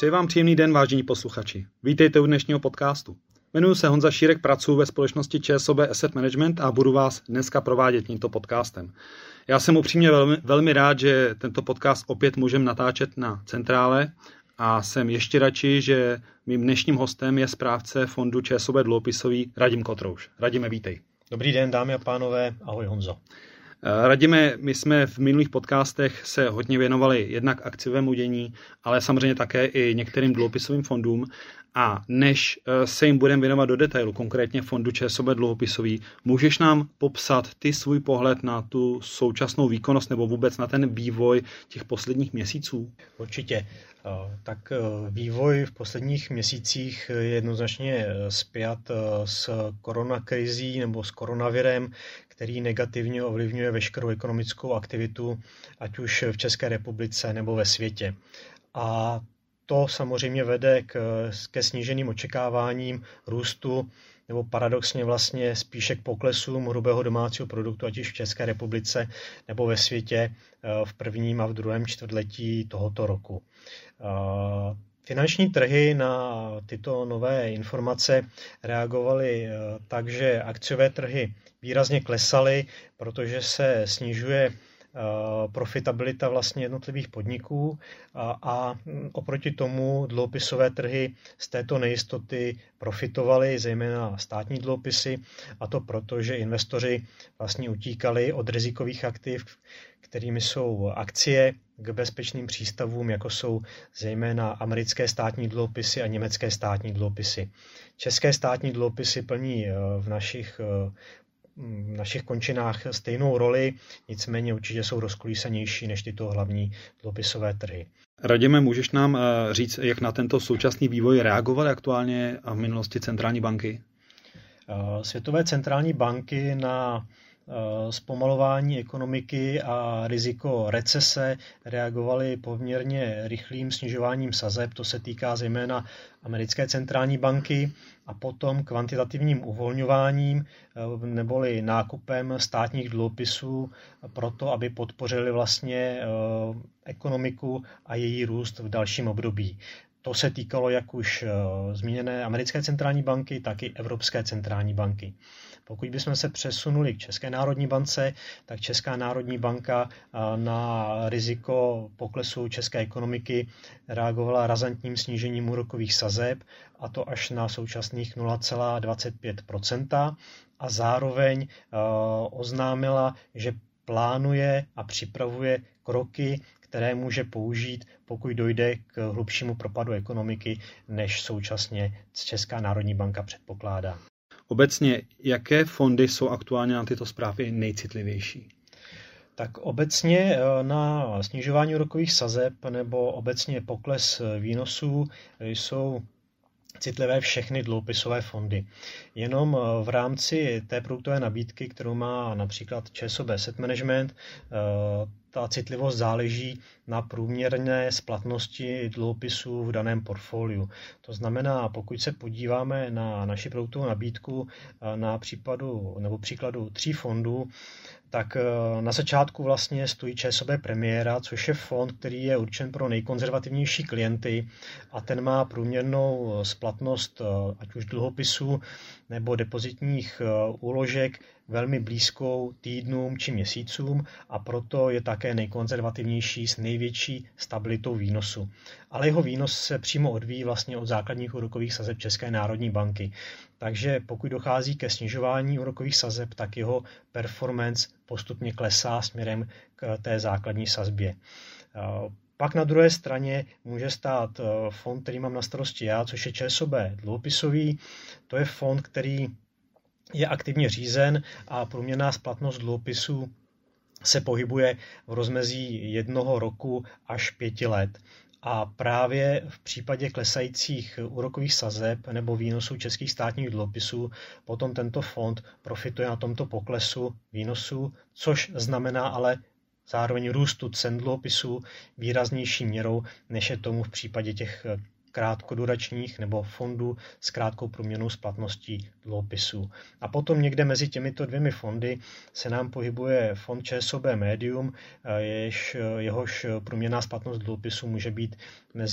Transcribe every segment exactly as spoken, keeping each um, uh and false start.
Přeji vám příjemný den, vážení posluchači. Vítejte u dnešního podcastu. Jmenuji se Honza Šírek, pracuji ve společnosti ČSOB Asset Management a budu vás dneska provádět tímto podcastem. Já jsem upřímně velmi, velmi rád, že tento podcast opět můžeme natáčet na centrále a jsem ještě radši, že mým dnešním hostem je správce fondu ČSOB dluhopisový Radim Kotrouš. Radime, vítej. Dobrý den, dámy a pánové, ahoj Honzo. Radime, my jsme v minulých podcastech se hodně věnovali jednak akciovému dění, ale samozřejmě také i některým dluhopisovým fondům. A než se jim budeme věnovat do detailu, konkrétně fondu ČSOB dluhopisový, můžeš nám popsat ty svůj pohled na tu současnou výkonnost nebo vůbec na ten vývoj těch posledních měsíců? Určitě. Tak vývoj v posledních měsících je jednoznačně spjat s koronakrizí nebo s koronavirem, který negativně ovlivňuje veškerou ekonomickou aktivitu, ať už v České republice nebo ve světě. A to samozřejmě vede k, ke sníženým očekáváním růstu nebo paradoxně vlastně spíše k poklesům hrubého domácího produktu, ať už v České republice nebo ve světě v prvním a v druhém čtvrtletí tohoto roku. Finanční trhy na tyto nové informace reagovaly tak, že akciové trhy výrazně klesaly, protože se snižuje profitabilita vlastně jednotlivých podniků a, a oproti tomu dluhopisové trhy z této nejistoty profitovaly, zejména státní dluhopisy, a to proto, že investoři vlastně utíkali od rizikových aktiv, kterými jsou akcie, k bezpečným přístavům, jako jsou zejména americké státní dluhopisy a německé státní dluhopisy. České státní dluhopisy plní v našich v našich končinách stejnou roli, nicméně určitě jsou rozkolísanější než tyto hlavní dluhopisové trhy. Radime, můžeš nám říct, jak na tento současný vývoj reagovaly aktuálně a v minulosti centrální banky? Světové centrální banky na zpomalování ekonomiky a riziko recese reagovaly poměrně rychlým snižováním sazeb, to se týká zejména americké centrální banky, a potom kvantitativním uvolňováním neboli nákupem státních dluhopisů proto, aby podpořili vlastně ekonomiku a její růst v dalším období. To se týkalo jak už zmíněné americké centrální banky, tak i Evropské centrální banky. Pokud bychom se přesunuli k České národní bance, tak Česká národní banka na riziko poklesu české ekonomiky reagovala razantním snížením úrokových sazeb, a to až na současných nula celá dvacet pět procenta, a zároveň oznámila, že plánuje a připravuje kroky, které může použít, pokud dojde k hlubšímu propadu ekonomiky, než současně Česká národní banka předpokládá. Obecně, jaké fondy jsou aktuálně na tyto zprávy nejcitlivější? Tak obecně na snižování úrokových sazeb nebo obecně pokles výnosů jsou citlivé všechny dluhopisové fondy. Jenom v rámci té produktové nabídky, kterou má například ČSOB Asset Management, ta citlivost záleží na průměrné splatnosti dluhopisů v daném portfoliu. To znamená, pokud se podíváme na naši produktovou nabídku na případu nebo příkladu tří fondů, tak na začátku vlastně stojí ČSOB Premiéra, což je fond, který je určen pro nejkonzervativnější klienty, a ten má průměrnou splatnost ať už dluhopisů nebo depozitních úložek velmi blízkou týdnům či měsícům, a proto je také nejkonzervativnější s největší stabilitou výnosu. Ale jeho výnos se přímo odvíjí vlastně od základních úrokových sazeb České národní banky. Takže pokud dochází ke snižování úrokových sazeb, tak jeho performance postupně klesá směrem k té základní sazbě. Pak na druhé straně může stát fond, který mám na starosti já, což je ČSOB dluhopisový. To je fond, který je aktivně řízen a průměrná splatnost dluhopisů se pohybuje v rozmezí jednoho roku až pěti let. A právě v případě klesajících úrokových sazeb nebo výnosů českých státních dluhopisů potom tento fond profituje na tomto poklesu výnosů, což znamená ale zároveň růstu cen dluhopisů výraznější měrou, než je tomu v případě těch krátkoduračních nebo fondů s krátkou průměrnou splatností dluhopisů. A potom někde mezi těmito dvěmi fondy se nám pohybuje fond ČSOB Medium, jež, jehož průměrná splatnost dluhopisů může být mezi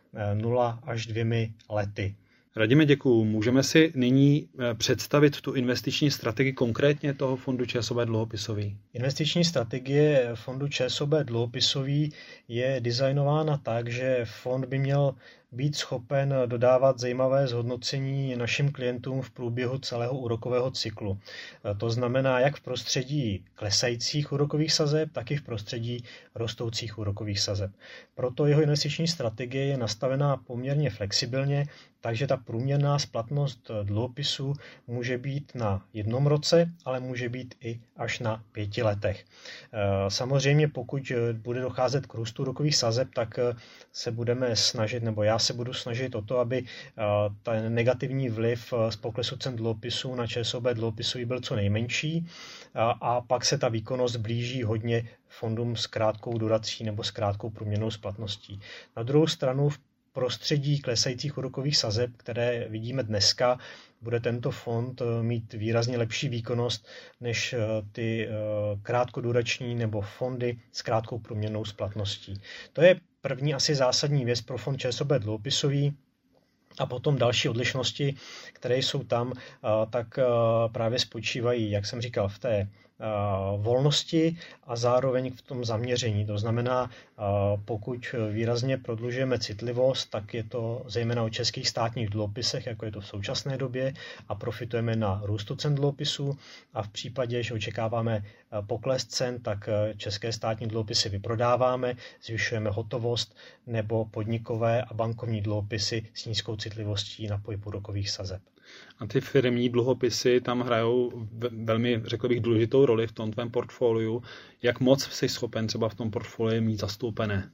nula až dvěmi lety. Radime, děkuju. Můžeme si nyní představit tu investiční strategii konkrétně toho fondu ČSOB dluhopisový? Investiční strategie fondu ČSOB dluhopisový je designována tak, že fond by měl být schopen dodávat zajímavé zhodnocení našim klientům v průběhu celého úrokového cyklu. To znamená jak v prostředí klesajících úrokových sazeb, tak i v prostředí rostoucích úrokových sazeb. Proto jeho investiční strategie je nastavená poměrně flexibilně, takže ta průměrná splatnost dluhopisů může být na jednom roce, ale může být i až na pěti letech. Samozřejmě pokud bude docházet k růstu úrokových sazeb, tak se budeme snažit, nebo já se budu snažit o to, aby ten negativní vliv z poklesu cen dluhopisů na ČSOB dluhopisů byl co nejmenší a pak se ta výkonnost blíží hodně fondům s krátkou durací nebo s krátkou průměrnou splatností. Na druhou stranu v prostředí klesajících úrokových sazeb, které vidíme dneska, bude tento fond mít výrazně lepší výkonnost než ty krátkodurační nebo fondy s krátkou průměrnou splatností. To je první asi zásadní věc pro fond ČSOB dluhopisový. A potom další odlišnosti, které jsou tam, tak právě spočívají, jak jsem říkal, v té volnosti a zároveň v tom zaměření. To znamená, pokud výrazně prodlužujeme citlivost, tak je to zejména o českých státních dluhopisech, jako je to v současné době, a profitujeme na růstu cen dluhopisů. A v případě, že očekáváme pokles cen, tak české státní dluhopisy vyprodáváme, zvyšujeme hotovost nebo podnikové a bankovní dluhopisy s nízkou citlivostí na pohyb úrokových sazeb. A ty firmní dluhopisy tam hrajou velmi, řekl bych, důležitou roli v tom tvém portfoliu. Jak moc jsi schopen třeba v tom portfoliu mít zastoupené?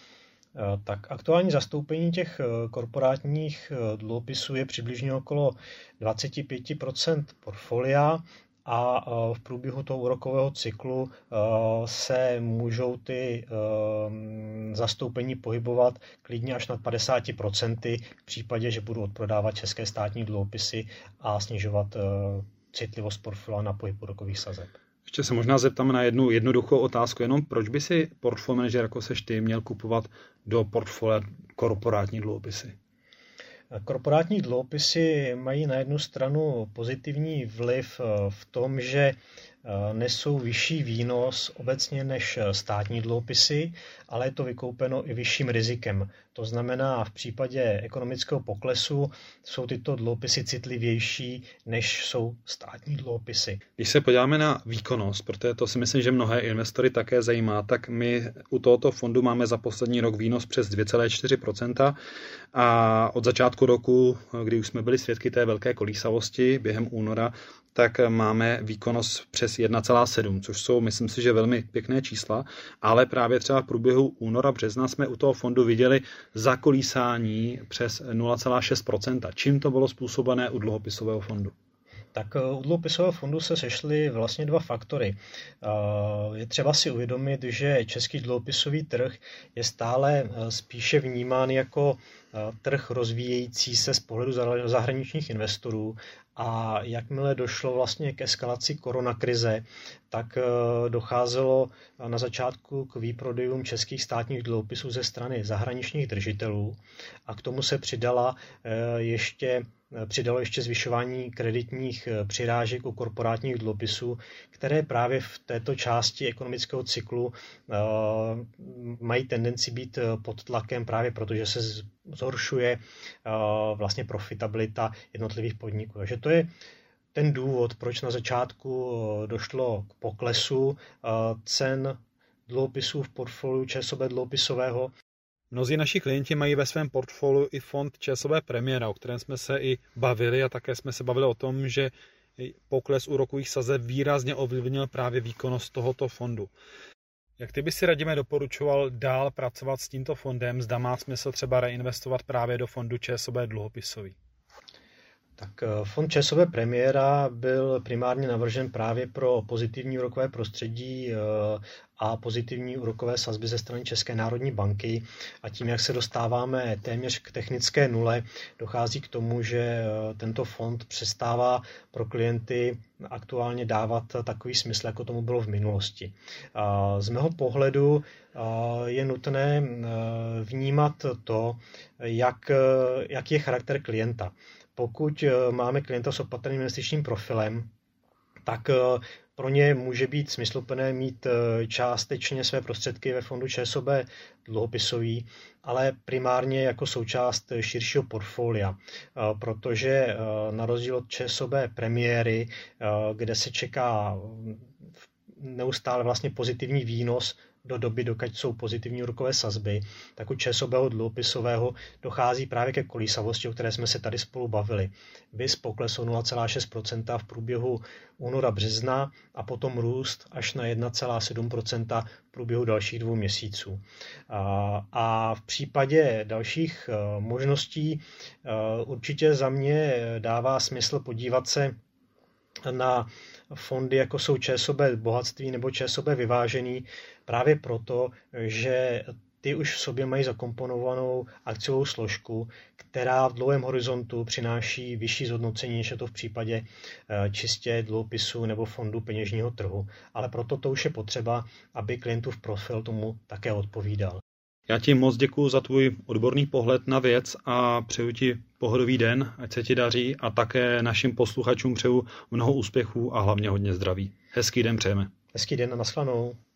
Tak aktuální zastoupení těch korporátních dluhopisů je přibližně okolo dvacet pět procent portfolia a v průběhu toho úrokového cyklu se můžou ty zastoupení pohybovat klidně až nad padesát procent v případě, že budou odprodávat české státní dluhopisy a snižovat citlivost portfolia na pohyb úrokových sazeb. Ještě se možná zeptám na jednu jednoduchou otázku, jenom proč by si portfolio manažer jako seš ty měl kupovat do portfolia korporátní dluhopisy? Korporátní dluhopisy mají na jednu stranu pozitivní vliv v tom, že nesou vyšší výnos obecně než státní dluhopisy, ale je to vykoupeno i vyšším rizikem. To znamená, v případě ekonomického poklesu jsou tyto dluhopisy citlivější, než jsou státní dluhopisy. Když se podíváme na výkonnost, protože to si myslím, že mnohé investory také zajímá, tak my u tohoto fondu máme za poslední rok výnos přes dvě celé čtyři procenta a od začátku roku, kdy už jsme byli svědky té velké kolísavosti během února, tak máme výkonnost přes jedna celá sedm, což jsou, myslím si, že velmi pěkné čísla, ale právě třeba v průběhu února, března jsme u toho fondu viděli zakolísání přes nula celá šest procenta. Čím to bylo způsobené u dluhopisového fondu? Tak u dluhopisového fondu se sešly vlastně dva faktory. Je třeba si uvědomit, že český dluhopisový trh je stále spíše vnímán jako trh rozvíjející se z pohledu zahraničních investorů a jakmile došlo vlastně k eskalaci koronakrize, tak docházelo na začátku k výprodejům českých státních dluhopisů ze strany zahraničních držitelů a k tomu se přidala ještě Přidalo ještě zvyšování kreditních přirážek u korporátních dluhopisů, které právě v této části ekonomického cyklu mají tendenci být pod tlakem právě protože se zhoršuje vlastně profitabilita jednotlivých podniků. Takže to je ten důvod, proč na začátku došlo k poklesu cen dluhopisů v portfoliu ČSOB dluhopisového. Mnozí naši klienti mají ve svém portfoliu i fond ČSOB Premiéra, o kterém jsme se i bavili a také jsme se bavili o tom, že pokles úrokových sazeb výrazně ovlivnil právě výkonnost tohoto fondu. Jak ty by si Radime doporučoval dál pracovat s tímto fondem? Zda má smysl třeba reinvestovat právě do fondu ČSOB dluhopisový? Tak fond ČSOB premiéra byl primárně navržen právě pro pozitivní úrokové prostředí a pozitivní úrokové sazby ze strany České národní banky. A tím, jak se dostáváme téměř k technické nule, dochází k tomu, že tento fond přestává pro klienty aktuálně dávat takový smysl, jako tomu bylo v minulosti. Z mého pohledu je nutné vnímat to, jak, jaký je charakter klienta. Pokud máme klienta s opatrným investičním profilem, tak pro ně může být smysluplné mít částečně své prostředky ve fondu ČSOB dluhopisový, ale primárně jako součást širšího portfolia, protože na rozdíl od ČSOB premiéry, kde se čeká neustále vlastně pozitivní výnos do doby, dokud jsou pozitivní úrokové sazby, tak u ČSOBého dluhopisového dochází právě ke kolísavosti, o které jsme se tady spolu bavili. Viz pokles o nula celá šest procenta v průběhu února března a potom růst až na jedna celá sedm procenta v průběhu dalších dvou měsíců. A v případě dalších možností určitě za mě dává smysl podívat se na fondy, jako jsou ČSOB bohatství nebo ČSOB vyvážený, právě proto, že ty už v sobě mají zakomponovanou akciovou složku, která v dlouhém horizontu přináší vyšší zhodnocení, než je to v případě čistě dluhopisu nebo fondu peněžního trhu. Ale proto to už je potřeba, aby klientův profil tomu také odpovídal. Já ti moc děkuji za tvůj odborný pohled na věc a přeju ti pohodový den, ať se ti daří a také našim posluchačům přeju mnoho úspěchů a hlavně hodně zdraví. Hezký den přejeme. Hezký den a nashledanou.